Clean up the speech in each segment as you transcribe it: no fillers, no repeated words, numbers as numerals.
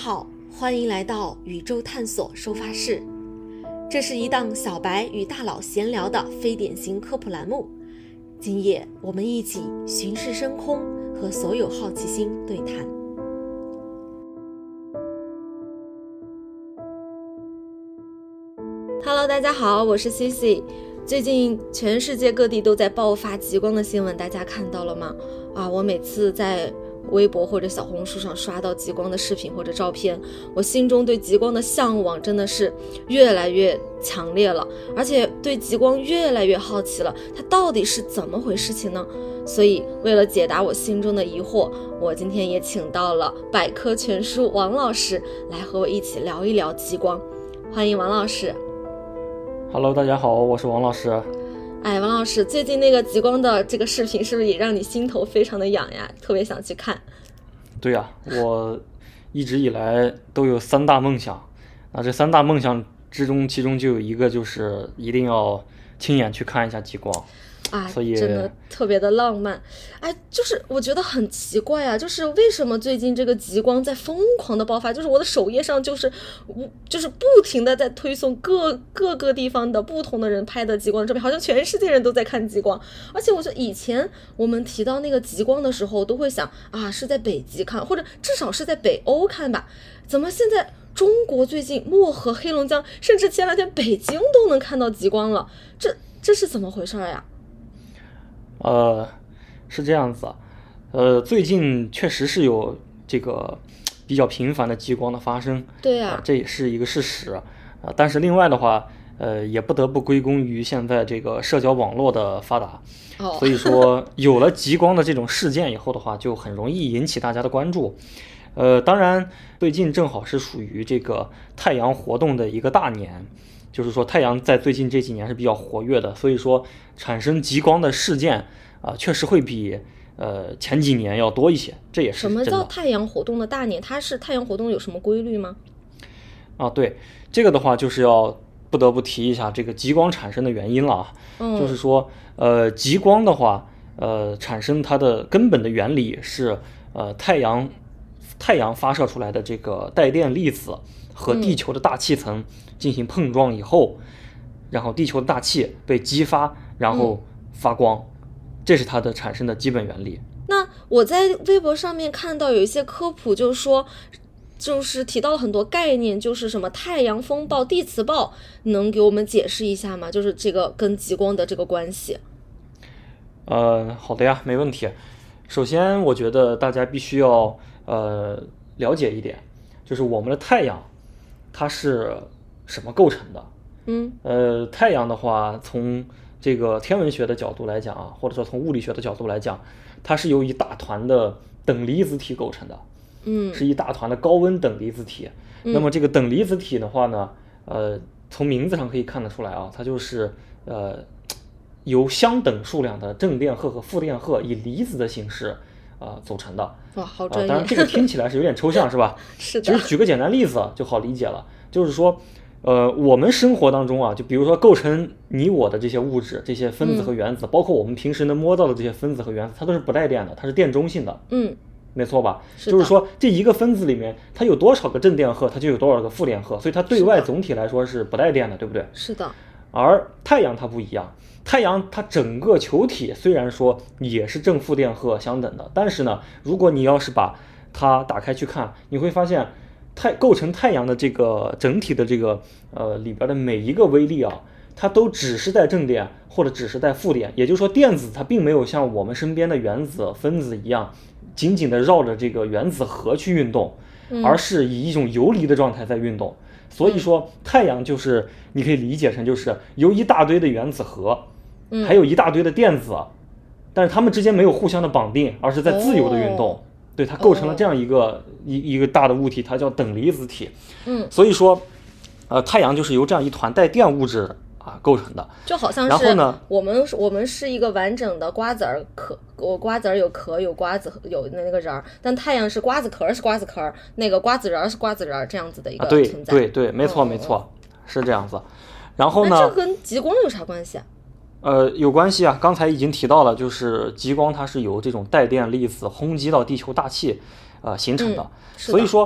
好，欢迎来到宇宙探索收发室。这是一档小白与大佬闲聊的非典型科普栏目。今夜我们一起巡视深空，和所有好奇心对谈。Hello， 大家好，我是 Cici。最近全世界各地都在爆发极光的新闻，大家看到了吗？我每次在微博或者小红书上刷到极光的视频或者照片，我心中对极光的向往真的是越来越强烈了，而且对极光越来越好奇了，它到底是怎么回事情呢？所以为了解答我心中的疑惑，我今天也请到了百科全书王老师来和我一起聊一聊极光。欢迎王老师。 Hello， 大家好，我是王老师。 王老师，最近那个极光的这个视频是不是也让你心头非常的痒呀？特别想去看。 对呀，我一直以来都有3大梦想，这3大梦想之中，其中就有一个就是一定要亲眼去看一下极光。所以真的特别的浪漫。就是我觉得很奇怪啊，就是为什么最近这个极光在疯狂的爆发，就是我的首页上就是不停的在推送各个地方的不同的人拍的极光照片，好像全世界人都在看极光。而且我觉得以前我们提到那个极光的时候都会想是在北极看，或者至少是在北欧看吧，怎么现在中国最近漠河、黑龙江，甚至前2天北京都能看到极光了，这是怎么回事呀？ 是这样子最近确实是有这个比较频繁的极光的发生， 对啊， 这也是一个事实但是另外的话也不得不归功于现在这个社交网络的发达所以说有了极光的这种事件以后的话，就很容易引起大家的关注。当然最近正好是属于这个太阳活动的一个大年，就是说太阳在最近这几年是比较活跃的，所以说产生极光的事件确实会比前几年要多一些，这也是真的。 什么叫太阳活动的大年？它是太阳活动有什么规律吗？ 对，这个的话就是要不得不提一下这个极光产生的原因了就是说极光的话产生它的根本的原理是太阳发射出来的这个带电粒子和地球的大气层进行碰撞以后，然后地球的大气被激发，然后发光，这是它的产生的基本原理。 那我在微博上面看到有一些科普，就是提到了很多概念，就是什么太阳风暴、地磁暴，能给我们解释一下吗？就是这个跟极光的这个关系。 好的呀，没问题。首先我觉得大家必须要了解一点，就是我们的太阳它是什么构成的。太阳的话从这个天文学的角度来讲或者说从物理学的角度来讲，它是由一大团的等离子体构成的。是一大团的高温等离子体。那么这个等离子体的话呢从名字上可以看得出来它就是由相等数量的正电荷和负电荷以离子的形式组成的。 哇，好专业。 当然这个听起来是有点抽象是吧？ 是的。 其实举个简单例子就好理解了，就是说我们生活当中就比如说构成你我的这些物质，这些分子和原子包括我们平时能摸到的这些分子和原子，它都是不带电的，它是电中性的。没错吧？就是说这一个分子里面它有多少个正电荷，它就有多少个负电荷，所以它对外总体来说是不带电的，对不对？ 是的。 而太阳它不一样，太阳它整个球体虽然说也是正负电荷相等的，但是呢如果你要是把它打开去看，你会发现构成太阳的这个整体的这个里边的每一个微粒它都只是带正电或者只是带负电，也就是说电子它并没有像我们身边的原子分子一样紧紧的绕着这个原子核去运动，而是以一种游离的状态在运动。所以说太阳就是你可以理解成就是由一大堆的原子核还有一大堆的电子，但是它们之间没有互相的绑定，而是在自由的运动。对，它构成了这样一个大的物体，它叫等离子体。所以说太阳就是由这样一团带电物质构成的。 就好像是，然后呢我们是一个完整的瓜子儿壳，瓜子儿有壳有瓜子有那个仁儿，但太阳是瓜子壳是瓜子壳，那个瓜子仁是瓜子仁，这样子的一个存在。 对，没错没错，是这样子。然后呢， 那这跟极光有啥关系有关系刚才已经提到了，就是极光它是由这种带电粒子轰击到地球大气形成的。所以说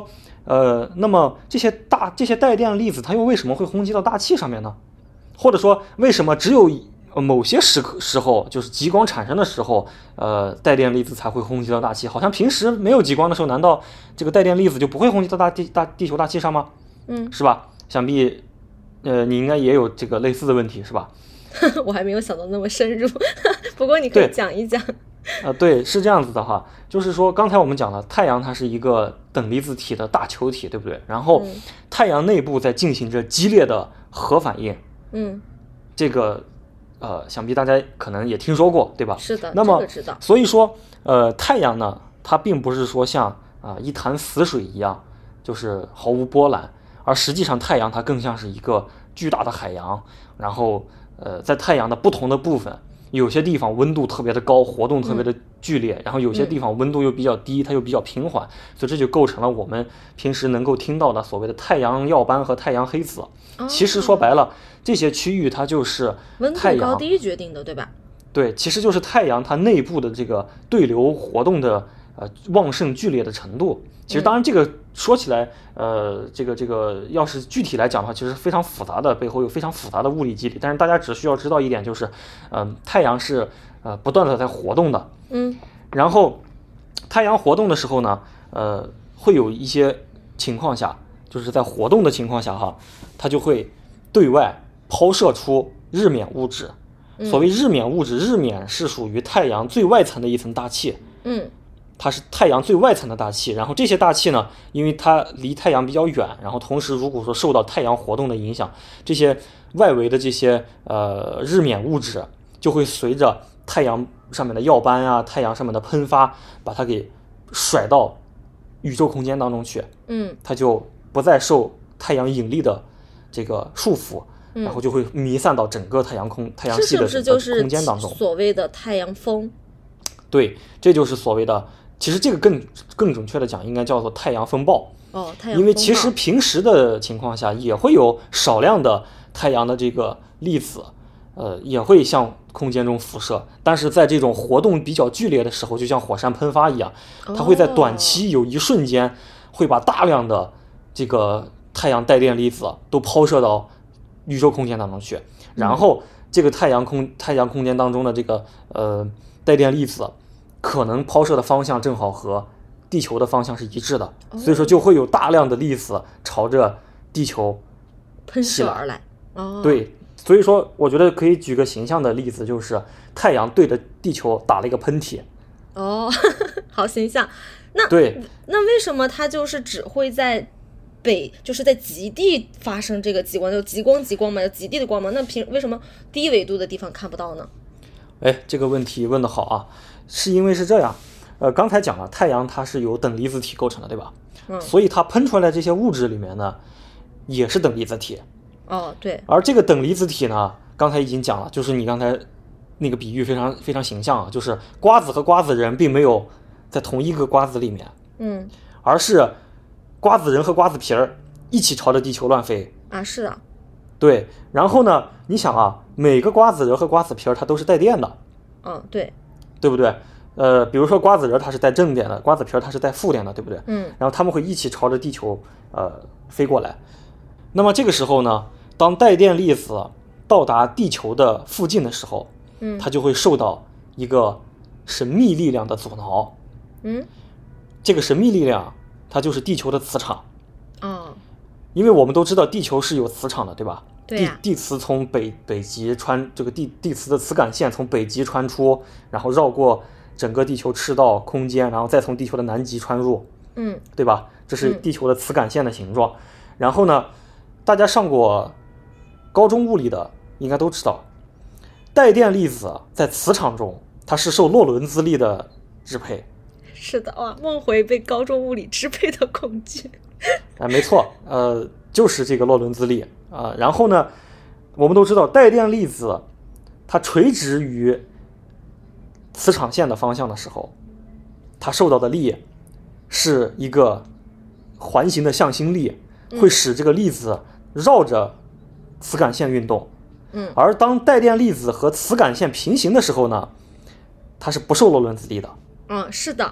那么这些带电粒子它又为什么会轰击到大气上面呢？或者说为什么只有某些时候，就是极光产生的时候，带电粒子才会轰击到大气？好像平时没有极光的时候，难道这个带电粒子就不会轰击到地球大气上吗？是吧？想必你应该也有这个类似的问题，是吧？ 我还没有想到那么深入，不过你可以讲一讲。 对，是这样子的哈，就是说刚才我们讲了，太阳它是一个等离子体的大球体，对不对？然后太阳内部在进行着激烈的核反应，这个想必大家可能也听说过，对吧？ 是的， 那么、 这个知道。 所以说太阳呢，它并不是说像一潭死水一样，就是毫无波澜，而实际上太阳它更像是一个巨大的海洋，然后在太阳的不同的部分。有些地方温度特别的高，活动特别的剧烈，然后有些地方温度又比较低，它又比较平缓，所以这就构成了我们平时能够听到的所谓的太阳耀斑和太阳黑子。其实说白了，这些区域它就是太阳温度高低决定的，对吧？ 对，其实就是太阳它内部的这个对流活动的旺盛剧烈的程度。其实当然这个说起来，这个要是具体来讲的话，其实非常复杂的，背后有非常复杂的物理机理。但是大家只需要知道一点，就是太阳是不断的在活动的。然后太阳活动的时候呢，会有一些情况下，就是在活动的情况下哈，它就会对外抛射出日冕物质。所谓日冕物质，日冕是属于太阳最外层的一层大气。它是太阳最外层的大气，然后这些大气呢，因为它离太阳比较远，然后同时如果说受到太阳活动的影响，这些外围的这些日冕物质就会随着太阳上面的耀斑啊，太阳上面的喷发，把它给甩到宇宙空间当中去。它就不再受太阳引力的这个束缚，然后就会弥散到整个太阳系的整个空间当中。 所谓的太阳风？ 对，这就是所谓的。其实这个更准确的讲，应该叫做太阳风暴。 太阳风暴。 因为其实平时的情况下，也会有少量的太阳的这个粒子，也会向空间中辐射。但是在这种活动比较剧烈的时候，就像火山喷发一样，它会在短期有一瞬间，会把大量的这个太阳带电粒子都抛射到宇宙空间当中去。然后这个太阳空间当中的这个带电粒子，可能抛射的方向正好和地球的方向是一致的，所以说就会有大量的粒子朝着地球喷射而来。 对，所以说我觉得可以举个形象的例子，就是太阳对着地球打了一个喷嚏。 好形象。那为什么它就是只会在就是在极地发生这个极光，就极光嘛，极地的光嘛？那为什么低纬度的地方看不到呢？ 这个问题问得好啊。是因为是这样，刚才讲了，太阳它是由等离子体构成的，对吧？所以它喷出来这些物质里面呢，也是等离子体。 对。 而这个等离子体呢，刚才已经讲了，就是你刚才那个比喻非常非常形象啊，就是瓜子和瓜子仁并没有在同一个瓜子里面，而是瓜子仁和瓜子皮儿一起朝着地球乱飞。 是的。 对，然后呢，你想啊，每个瓜子仁和瓜子皮儿它都是带电的。对不对？比如说瓜子仁它是带正电的，瓜子皮它是带负电的，对不对？然后它们会一起朝着地球飞过来。那么这个时候呢，当带电粒子到达地球的附近的时候，它就会受到一个神秘力量的阻挠。这个神秘力量它就是地球的磁场。因为我们都知道地球是有磁场的，对吧？地磁从北极这个地磁的磁感线从北极穿出，然后绕过整个地球赤道空间，然后再从地球的南极穿入，对吧？这是地球的磁感线的形状。然后呢，大家上过高中物理的应该都知道，带电粒子在磁场中它是受洛伦兹力的支配。 是的，梦回被高中物理支配的恐惧。 没错，就是这个洛伦兹力然后呢，我们都知道带电粒子它垂直于磁场线的方向的时候，它受到的力是一个环形的向心力，会使这个粒子绕着磁感线运动。而当带电粒子和磁感线平行的时候呢，它是不受洛伦兹力的。 是的。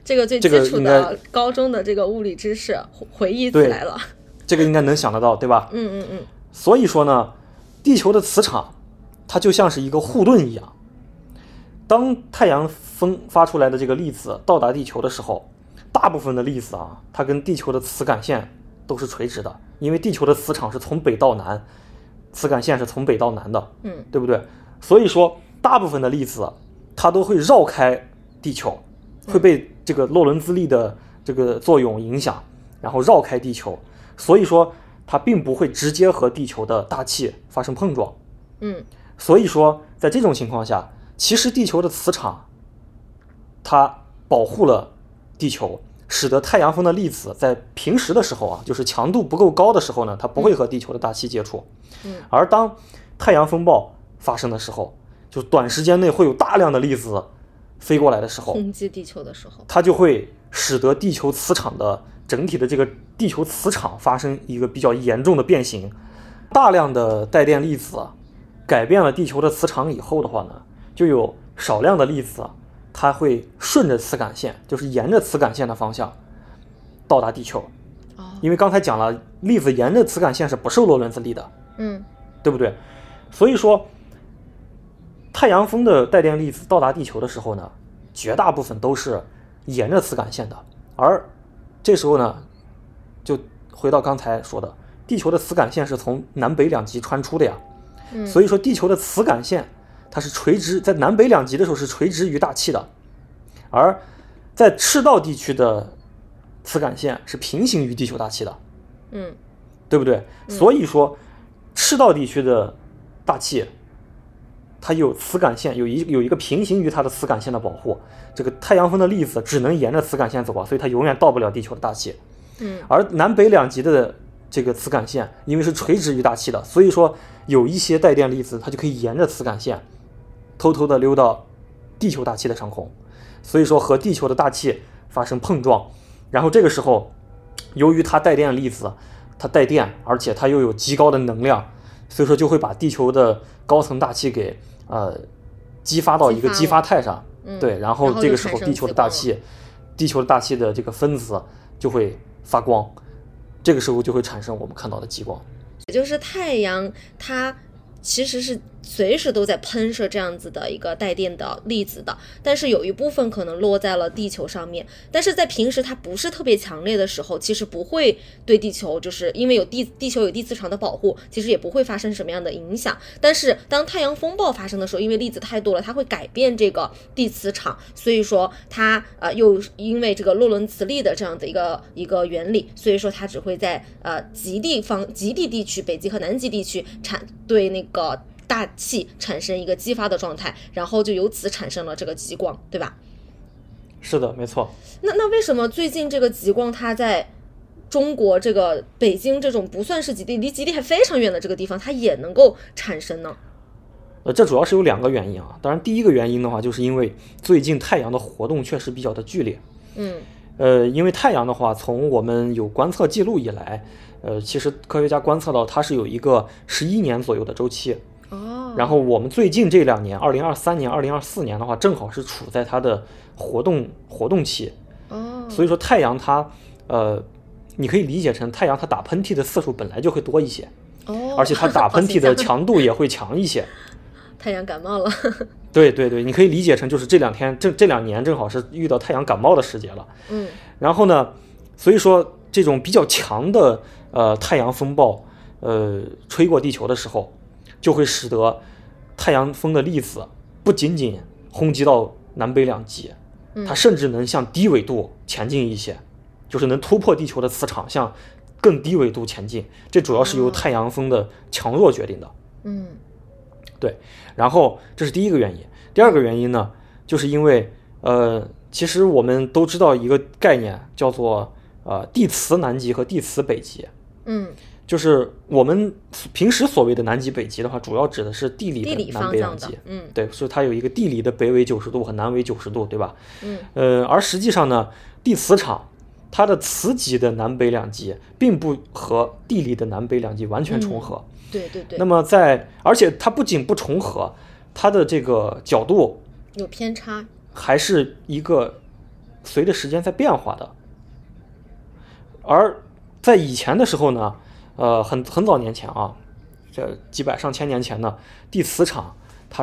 这个最基础的高中的这个物理知识回忆起来了。 这个应该能想得到，对吧？所以说呢，地球的磁场它就像是一个护盾一样。当太阳风发出来的这个粒子到达地球的时候，大部分的粒子啊，它跟地球的磁感线都是垂直的，因为地球的磁场是从北到南，磁感线是从北到南的，对不对？所以说大部分的粒子它都会绕开地球，会被这个洛伦兹力的这个作用影响，然后绕开地球，所以说它并不会直接和地球的大气发生碰撞。所以说在这种情况下，其实地球的磁场它保护了地球，使得太阳风的粒子在平时的时候啊，就是强度不够高的时候呢，它不会和地球的大气接触。而当太阳风暴发生的时候，就短时间内会有大量的粒子飞过来的时候， 轰击地球的时候， 它就会使得地球磁场的整体的这个地球磁场发生一个比较严重的变形。大量的带电粒子改变了地球的磁场以后的话呢，就有少量的粒子它会顺着磁感线，就是沿着磁感线的方向到达地球。因为刚才讲了，粒子沿着磁感线是不受洛伦兹力的，对不对？所以说太阳风的带电粒子到达地球的时候呢，绝大部分都是沿着磁感线的。而这时候呢，就回到刚才说的，地球的磁感线是从南北两极穿出的呀。所以说地球的磁感线它是垂直，在南北两极的时候是垂直于大气的，而在赤道地区的磁感线是平行于地球大气的，对不对？所以说赤道地区的大气它有磁感线，有一个平行于它的磁感线的保护，这个太阳风的粒子只能沿着磁感线走啊，所以它永远到不了地球的大气。而南北两极的这个磁感线因为是垂直于大气的，所以说有一些带电粒子它就可以沿着磁感线偷偷的溜到地球大气的上空，所以说和地球的大气发生碰撞，然后这个时候由于它带电粒子它带电，而且它又有极高的能量，所以说就会把地球的高层大气给激发到一个激发态上，对，然后这个时候地球的大气的这个分子就会发光，这个时候就会产生我们看到的极光。 也就是太阳它其实是随时都在喷射这样子的一个带电的粒子的，但是有一部分可能落在了地球上面，但是在平时它不是特别强烈的时候，其实不会对地球，就是因为有地球有地磁场的保护，其实也不会发生什么样的影响。但是当太阳风暴发生的时候，因为粒子太多了，它会改变这个地磁场，所以说它又因为这个洛伦兹力的这样的一个原理，所以说它只会在极地地区，北极和南极地区对那个大气产生一个激发的状态，然后就由此产生了这个极光，对吧？ 是的，没错。 那为什么最近这个极光它在中国这个北京这种不算是极地，离极地还非常远的这个地方，它也能够产生呢？ 这主要是有两个原因啊。当然第一个原因的话，就是因为最近太阳的活动确实比较的剧烈。因为太阳的话，从我们有观测记录以来，其实科学家观测到它是有一个11年左右的周期。然后我们最近这2年，2023年、2024年的话，正好是处在它的活动期。所以说太阳它你可以理解成太阳它打喷嚏的次数本来就会多一些，而且它打喷嚏的强度也会强一些。 太阳感冒了。 对，你可以理解成就是这2年正好是遇到太阳感冒的时节了。然后呢，所以说这种比较强的太阳风暴吹过地球的时候，就会使得太阳风的粒子不仅仅轰击到南北两极，它甚至能向低纬度前进一些，就是能突破地球的磁场，向更低纬度前进。这主要是由太阳风的强弱决定的。对，然后这是第一个原因。第二个原因呢，就是因为其实我们都知道一个概念叫做地磁南极和地磁北极。就是我们平时所谓的南极北极的话，主要指的是地理的南北两极。对，所以它有一个地理的北纬90度和南纬90度，对吧？而实际上呢，地磁场它的磁极的南北两极并不和地理的南北两极完全重合。 对。 那么而且它不仅不重合，它的这个角度有偏差， 还是一个随着时间在变化的。而在以前的时候呢，很早年前啊，这几百上千年前呢，地磁场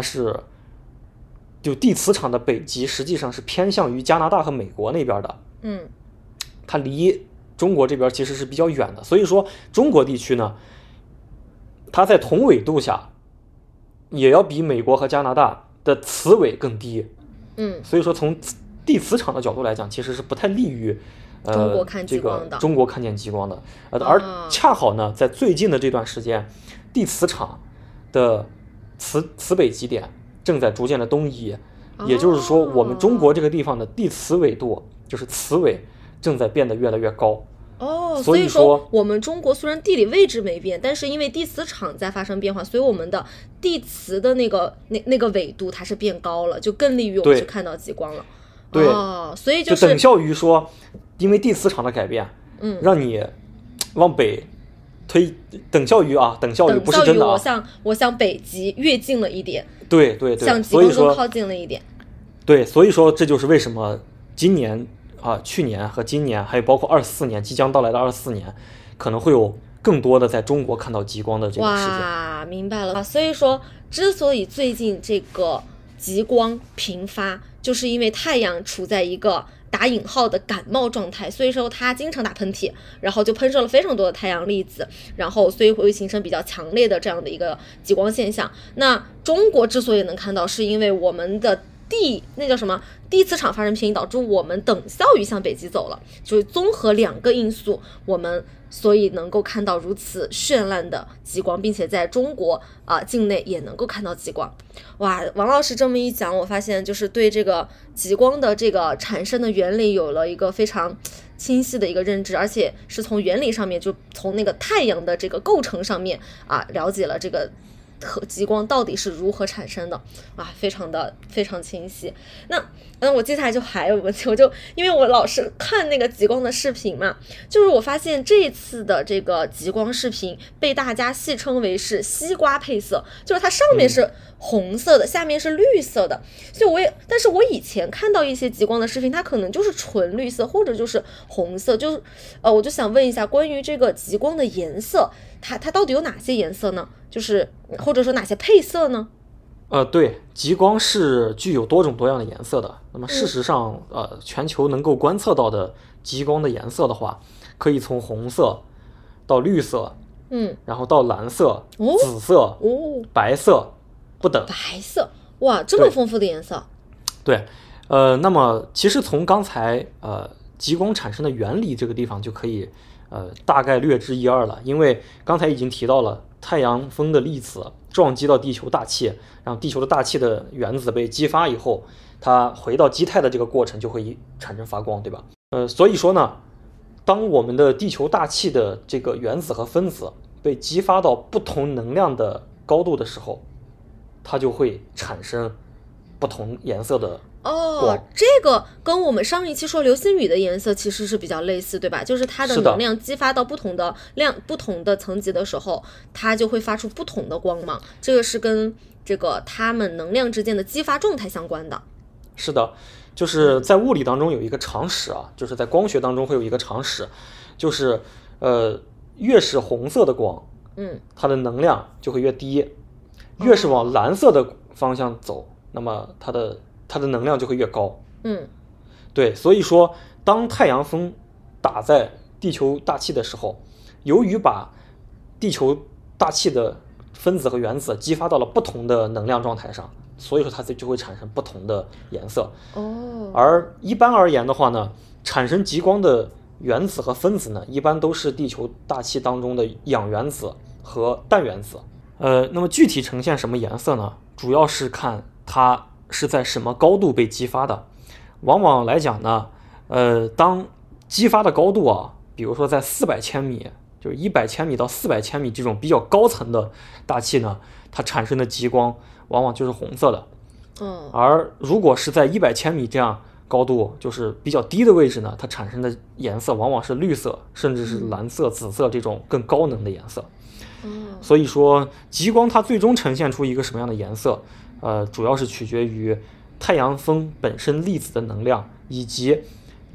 地磁场的北极实际上是偏向于加拿大和美国那边的，它离中国这边其实是比较远的，所以说中国地区呢，它在同纬度下也要比美国和加拿大的磁纬更低，所以说从地磁场的角度来讲，其实是不太利于中国看极光的， 中国看见极光的，而恰好呢，在最近的这段时间，地磁场的磁北极点正在逐渐的东移，也就是说，我们中国这个地方的地磁纬度，就是磁纬正在变得越来越高。 所以说我们中国虽然地理位置没变，但是因为地磁场在发生变化，所以我们的地磁的那个纬度它是变高了，就更利于我们去看到极光了。 对， 所以就等效于说，因为地磁场的改变，让你往北推，等效于不是真的我向北极越近了一点， 对， 向极光更靠近了一点。 对，所以说这就是为什么今年去年和今年，还有包括24年即将到来的24年，可能会有更多的在中国看到极光的这个事件。 哇，明白了。所以说，之所以最近这个极光频发，就是因为太阳处在一个打引号的感冒状态，所以说它经常打喷嚏，然后就喷射了非常多的太阳粒子，然后所以会形成比较强烈的这样的一个极光现象。那中国之所以能看到，是因为我们的地磁场发生偏移，导致我们等效于向北极走了，就是综合两个因素，我们所以能够看到如此绚烂的极光，并且在中国境内也能够看到极光。哇，王老师这么一讲，我发现就是对这个极光的这个产生的原理有了一个非常清晰的一个认知，而且是从原理上面，就从那个太阳的这个构成上面了解了这个极光到底是如何产生的非常清晰。那我接下来就还有问题，因为我老是看那个极光的视频嘛，就是我发现这一次的这个极光视频被大家戏称为是西瓜配色，就是它上面是红色的，下面是绿色的。所以但是我以前看到一些极光的视频，它可能就是纯绿色或者就是红色，我就想问一下，关于这个极光的颜色，它到底有哪些颜色呢？就是或者说哪些配色呢？ 对，极光是具有多种多样的颜色的。那么事实上，全球能够观测到的极光的颜色的话，可以从红色到绿色，然后到蓝色、紫色、白色不等。 白色，哇，这么丰富的颜色。 对，那么其实从刚才极光产生的原理这个地方就可以大概略知一二了，因为刚才已经提到了太阳风的粒子撞击到地球大气，然后地球的大气的原子被激发以后，它回到基态的这个过程就会产生发光，对吧？所以说呢，当我们的地球大气的这个原子和分子被激发到不同能量的高度的时候，它就会产生不同颜色的光。 这个跟我们上一期说流星雨的颜色其实是比较类似，对吧？就是它的能量激发到不同的不同的层级的时候，它就会发出不同的光芒。这个是跟这个它们能量之间的激发状态相关的。 是的，就是在物理当中有一个常识就是在光学当中会有一个常识，就是越是红色的光，它的能量就会越低，越是往蓝色的方向走，那么它的能量就会越高。对，所以说当太阳风打在地球大气的时候，由于把地球大气的分子和原子激发到了不同的能量状态上，所以说它就会产生不同的颜色。而一般而言的话呢，产生极光的原子和分子呢，一般都是地球大气当中的氧原子和氮原子。那么具体呈现什么颜色呢？主要是看它是在什么高度被激发的。往往来讲呢，当激发的高度比如说在400千米，就是100千米到400千米这种比较高层的大气呢，它产生的极光往往就是红色的。而如果是在100千米这样高度，就是比较低的位置呢，它产生的颜色往往是绿色，甚至是蓝色、紫色这种更高能的颜色。所以说极光它最终呈现出一个什么样的颜色，主要是取决于太阳风本身粒子的能量，以及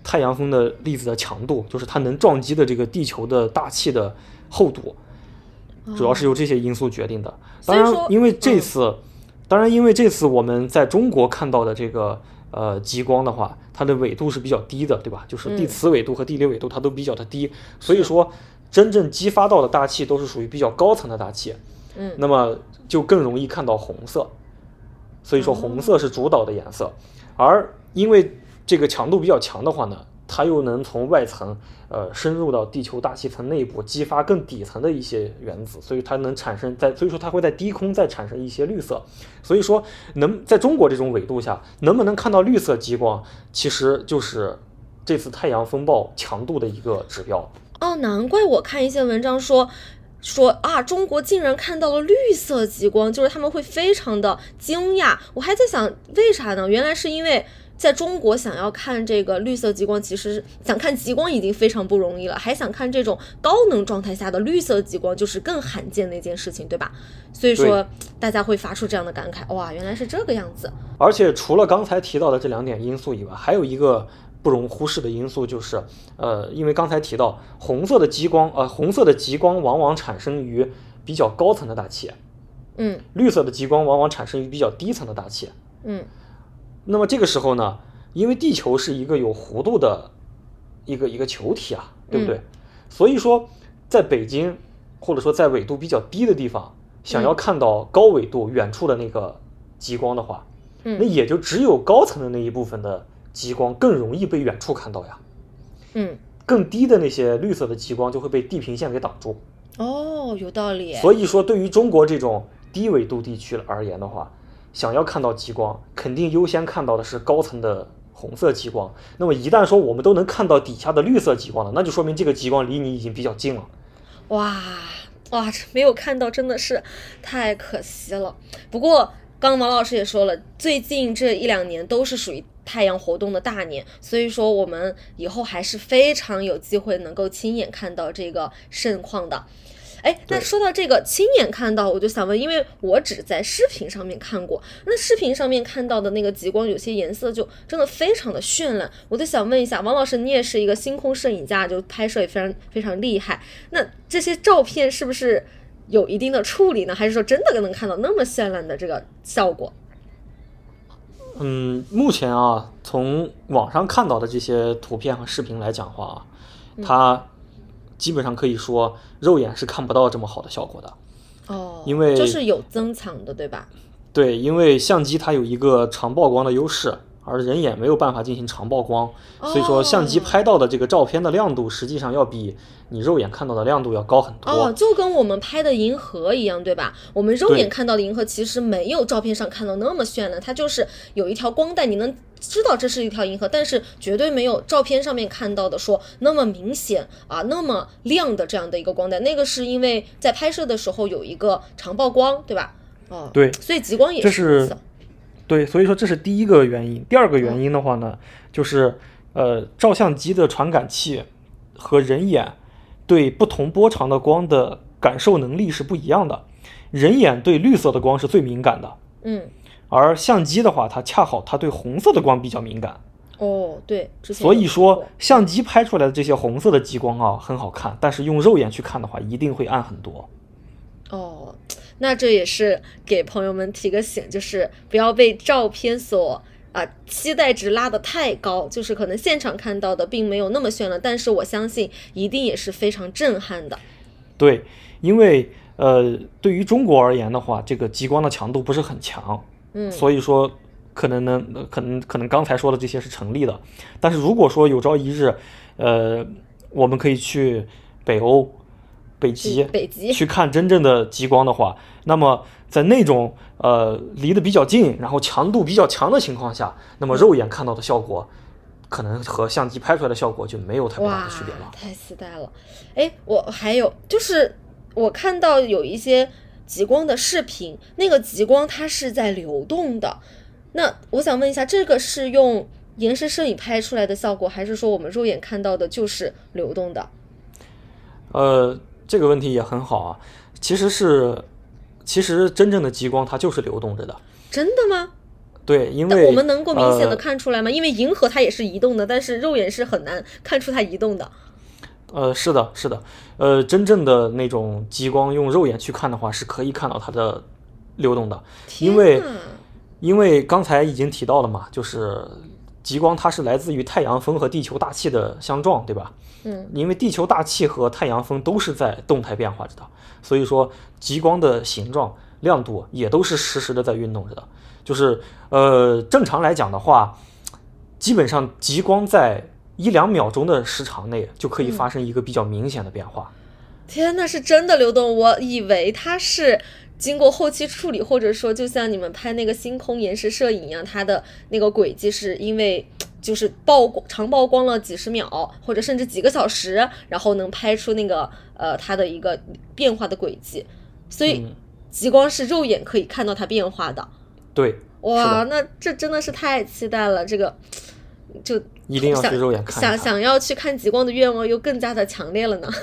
太阳风的粒子的强度，就是它能撞击的这个地球的大气的厚度，主要是由这些因素决定的。当然，因为这次我们在中国看到的这个极光的话，它的纬度是比较低的，对吧？就是地磁纬度和地理纬度它都比较的低，所以说真正激发到的大气都是属于比较高层的大气，那么就更容易看到红色，所以说红色是主导的颜色。而因为这个强度比较强的话呢，它又能从外层深入到地球大气层内部，激发更底层的一些原子，所以它能产生所以说它会在低空再产生一些绿色。所以说在中国这种纬度下能不能看到绿色极光，其实就是这次太阳风暴强度的一个指标。 哦，难怪我看一些文章说啊，中国竟然看到了绿色极光，就是他们会非常的惊讶。我还在想为啥呢？原来是因为在中国想要看这个绿色极光，其实想看极光已经非常不容易了，还想看这种高能状态下的绿色极光，就是更罕见的一件事情，对吧？所以说大家会发出这样的感慨，哇，原来是这个样子。 而且除了刚才提到的这2点因素以外，还有一个不容忽视的因素就是，因为刚才提到红色的极光往往产生于比较高层的大气，绿色的极光往往产生于比较低层的大气，那么这个时候呢，因为地球是一个有弧度的一个球体啊，对不对？所以说，在北京或者说在纬度比较低的地方，想要看到高纬度远处的那个极光的话，那也就只有高层的那一部分的极光更容易被远处看到呀。更低的那些绿色的极光就会被地平线给挡住。 哦，有道理。 所以说，对于中国这种低纬度地区而言的话，想要看到极光，肯定优先看到的是高层的红色极光。那么一旦说我们都能看到底下的绿色极光了，那就说明这个极光离你已经比较近了。 哇，没有看到真的是太可惜了。不过刚刚王老师也说了，最近这1-2年都是属于太阳活动的大年，所以说我们以后还是非常有机会能够亲眼看到这个盛况的。那说到这个亲眼看到，我就想问，因为我只在视频上面看过，那视频上面看到的那个极光有些颜色就真的非常的绚烂，我就想问一下王老师，你也是一个星空摄影家，就拍摄也非常非常厉害，那这些照片是不是有一定的处理呢？还是说真的能看到那么绚烂的这个效果？ 目前啊，从网上看到的这些图片和视频来讲话啊，它基本上可以说肉眼是看不到这么好的效果的。因为就是有增强的，对吧？ 对，因为相机它有一个长曝光的优势，而人眼没有办法进行长曝光，所以说相机拍到的这个照片的亮度实际上要比你肉眼看到的亮度要高很多。 就跟我们拍的银河一样，对吧？我们肉眼看到的银河其实没有照片上看到那么绚烂，它就是有一条光带，你能知道这是一条银河，但是绝对没有照片上面看到的说那么明显啊，那么亮的这样的一个光带。那个是因为在拍摄的时候有一个长曝光，对吧？ 对， 所以极光也是对，所以说这是第一个原因。第二个原因的话呢，就是照相机的传感器和人眼对不同波长的光的感受能力是不一样的。人眼对绿色的光是最敏感的，而相机的话，它恰好对红色的光比较敏感。 对， 所以说相机拍出来的这些红色的极光啊很好看，但是用肉眼去看的话，一定会暗很多。 那这也是给朋友们提个醒，就是不要被照片所期待值拉得太高，就是可能现场看到的并没有那么绚烂，但是我相信一定也是非常震撼的。 对，因为对于中国而言的话，这个极光的强度不是很强，所以说可能刚才说的这些是成立的。但是如果说有朝一日我们可以去北欧北极去看真正的极光的话，那么在那种离得比较近，然后强度比较强的情况下，那么肉眼看到的效果可能和相机拍出来的效果就没有太大的区别了。 太期待了。我还有就是我看到有一些极光的视频，那个极光它是在流动的，那我想问一下，这个是用延时摄影拍出来的效果，还是说我们肉眼看到的就是流动的？ 这个问题也很好啊。其实真正的极光它就是流动着的。 真的吗？ 对，因但为我们能够明显的看出来吗？因为银河它也是移动的，但是肉眼是很难看出它移动的。 是的，是的，真正的那种极光用肉眼去看的话，是可以看到它的流动的，因为刚才已经提到了嘛，就是极光它是来自于太阳风和地球大气的相撞，对吧？因为地球大气和太阳风都是在动态变化着的，所以说极光的形状、亮度也都是实时的在运动着的。就是正常来讲的话，基本上极光在1-2秒钟的时长内就可以发生一个比较明显的变化。 天呐，是真的流动！我以为它是经过后期处理，或者说就像你们拍那个星空延时摄影一样，它的那个轨迹是因为就是长曝光了几十秒，或者甚至几个小时，然后能拍出那个它的一个变化的轨迹。所以极光是肉眼可以看到它变化的。 对， 哇，那这真的是太期待了，这个就一定要去肉眼看一看。 想要去看极光的愿望又更加的强烈了呢。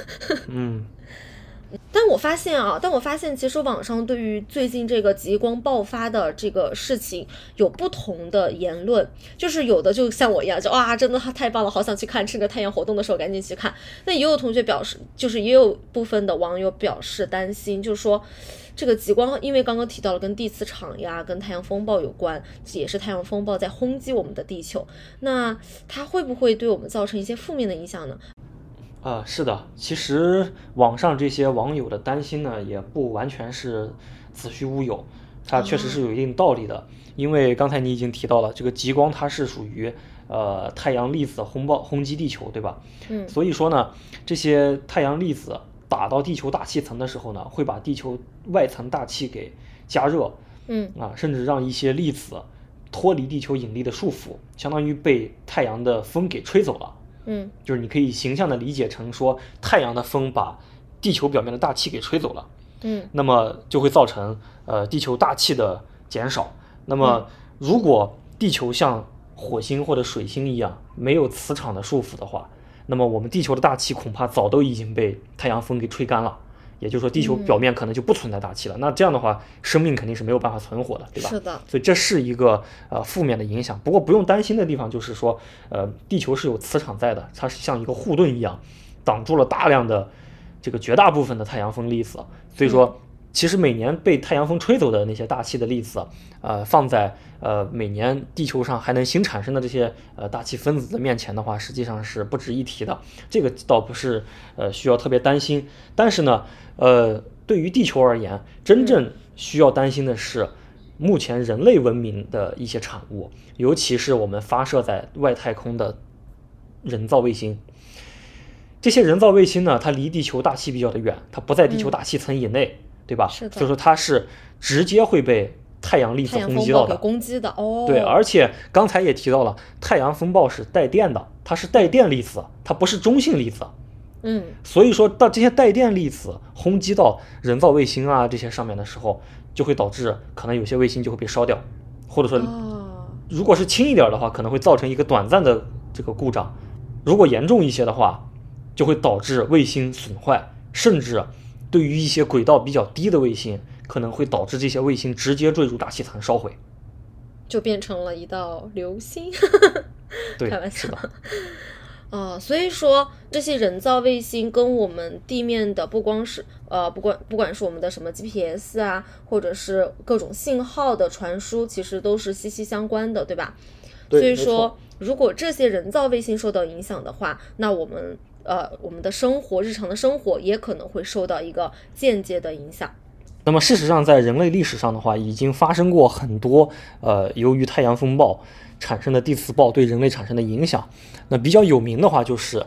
但我发现其实网上对于最近这个极光爆发的这个事情有不同的言论，就是有的就像我一样，就哇，真的太棒了，好想去看，趁着太阳活动的时候赶紧去看。那也有同学表示，就是也有部分的网友表示担心，就是说这个极光，因为刚刚提到了跟地磁场呀、跟太阳风暴有关，也是太阳风暴在轰击我们的地球，那它会不会对我们造成一些负面的影响呢？ 是的，其实网上这些网友的担心呢，也不完全是子虚乌有，它确实是有一定道理的。因为刚才你已经提到了，这个极光它是属于太阳粒子轰击地球，对吧？所以说呢，这些太阳粒子打到地球大气层的时候呢，会把地球外层大气给加热，甚至让一些粒子脱离地球引力的束缚，相当于被太阳的风给吹走了。就是你可以形象的理解成说，太阳的风把地球表面的大气给吹走了，那么就会造成地球大气的减少。那么如果地球像火星或者水星一样没有磁场的束缚的话，那么我们地球的大气恐怕早都已经被太阳风给吹干了，也就是说地球表面可能就不存在大气了。那这样的话，生命肯定是没有办法存活的，对吧？ 是的。 所以这是一个负面的影响。不过不用担心的地方就是说，地球是有磁场在的，它是像一个护盾一样，挡住了大量的这个绝大部分的太阳风粒子。所以说，其实每年被太阳风吹走的那些大气的粒子，放在每年地球上还能新产生的这些大气分子的面前的话，实际上是不值一提的。这个倒不是需要特别担心。但是呢，对于地球而言，真正需要担心的是目前人类文明的一些产物，尤其是我们发射在外太空的人造卫星。这些人造卫星呢，它离地球大气比较的远，它不在地球大气层以内，对吧？ 是的。 所以说它是直接会被太阳粒子轰击到的。 攻击的哦。 对，而且刚才也提到了，太阳风暴是带电的，它是带电粒子，它不是中性粒子。所以说到这些带电粒子轰击到人造卫星啊这些上面的时候，就会导致可能有些卫星就会被烧掉，或者说如果是轻一点的话，可能会造成一个短暂的这个故障；如果严重一些的话，就会导致卫星损坏，甚至对于一些轨道比较低的卫星，可能会导致这些卫星直接坠入大气层烧毁， 就变成了一道流星。 对， 开玩笑。 是的。 所以说这些人造卫星跟我们地面的不光是不管是我们的什么 GPS 啊，或者是各种信号的传输，其实都是息息相关的，对吧？ 对， 所以说如果这些人造卫星受到影响的话，那我们的日常的生活也可能会受到一个间接的影响。 那么事实上在人类历史上的话，已经发生过很多由于太阳风暴产生的地磁暴对人类产生的影响。那比较有名的话就是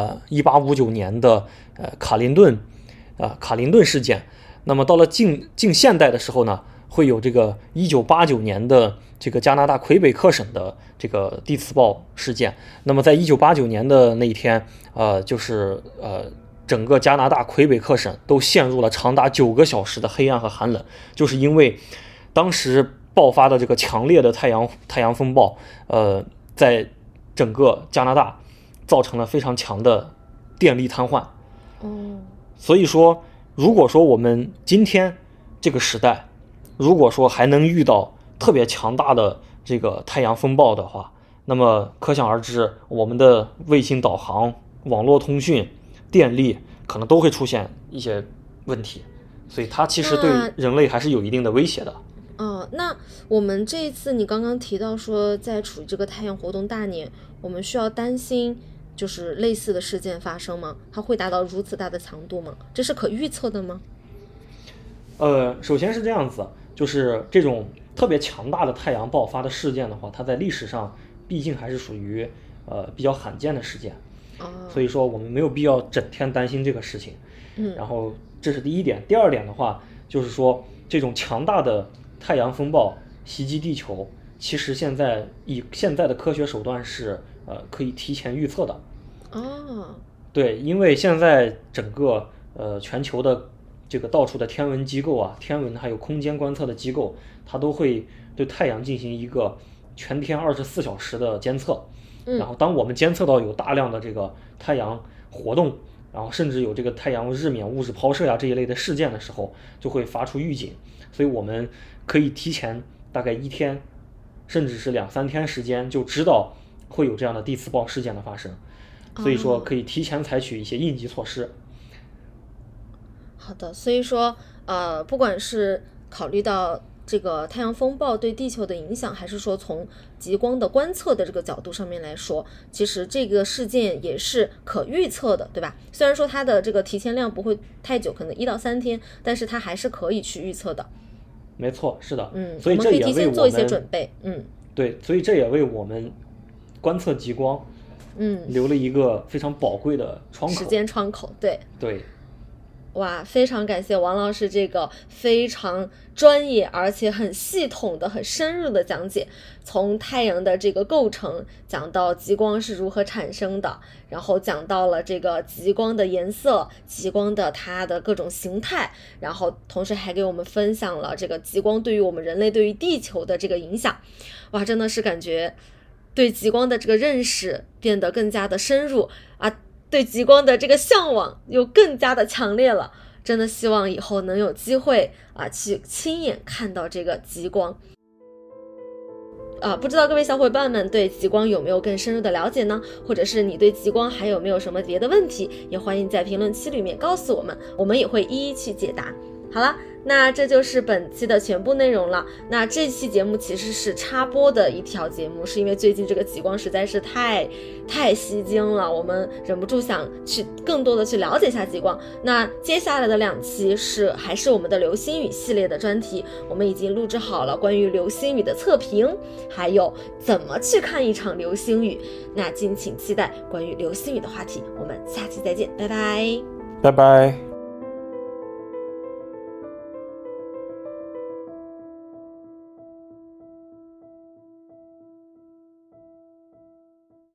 1859年的卡林顿事件。那么到了近现代的时候呢，会有这个1989年的这个加拿大魁北克省的这个地磁暴事件。那么在1989年的那一天，整个加拿大魁北克省都陷入了长达9个小时的黑暗和寒冷，就是因为当时爆发的这个强烈的太阳风暴，在整个加拿大造成了非常强的电力瘫痪。所以说，如果说我们今天这个时代，如果说还能遇到特别强大的这个太阳风暴的话，那么可想而知，我们的卫星导航、网络通讯、电力可能都会出现一些问题，所以它其实对人类还是有一定的威胁的。 那我们这一次你刚刚提到说，在处于这个太阳活动大年，我们需要担心就是类似的事件发生吗？它会达到如此大的强度吗？这是可预测的吗？ 首先是这样子，就是这种特别强大的太阳爆发的事件的话，它在历史上毕竟还是属于比较罕见的事件，所以说我们没有必要整天担心这个事情。然后这是第一点。第二点的话，就是说这种强大的太阳风暴袭击地球，其实以现在的科学手段是可以提前预测的。对，因为现在整个全球的这个到处的天文机构啊，天文还有空间观测的机构，它都会对太阳进行一个全天24小时的监测。然后当我们监测到有大量的这个太阳活动，然后甚至有这个太阳日冕物质抛射呀这一类的事件的时候，就会发出预警。所以我们可以提前大概1天甚至是2-3天时间就知道会有这样的地磁暴事件的发生，所以说可以提前采取一些应急措施。 好的，所以说不管是考虑到这个太阳风暴对地球的影响，还是说从极光的观测的这个角度上面来说，其实这个事件也是可预测的，对吧？虽然说它的这个提前量不会太久，可能1到3天，但是它还是可以去预测的。 没错，是的。 所以这也为我们可以提前做一些准备。 对，所以这也为我们观测极光留了一个非常宝贵的窗口， 时间窗口。对。哇，非常感谢王老师这个非常专业而且很系统的、很深入的讲解，从太阳的这个构成讲到极光是如何产生的，然后讲到了这个极光的颜色、极光的它的各种形态，然后同时还给我们分享了这个极光对于我们人类、对于地球的这个影响。哇，真的是感觉对极光的这个认识变得更加的深入啊，对极光的这个向往又更加的强烈了。真的希望以后能有机会去亲眼看到这个极光。不知道各位小伙伴们对极光有没有更深入的了解呢？或者是你对极光还有没有什么别的问题，也欢迎在评论区里面告诉我们，我们也会一一去解答。好了，那这就是本期的全部内容了。那这期节目其实是插播的一条节目，是因为最近这个极光实在是太吸睛了，我们忍不住想去更多的去了解一下极光。那接下来的2期还是我们的流星雨系列的专题，我们已经录制好了关于流星雨的测评，还有怎么去看一场流星雨。那敬请期待关于流星雨的话题，我们下期再见，拜拜。 拜拜。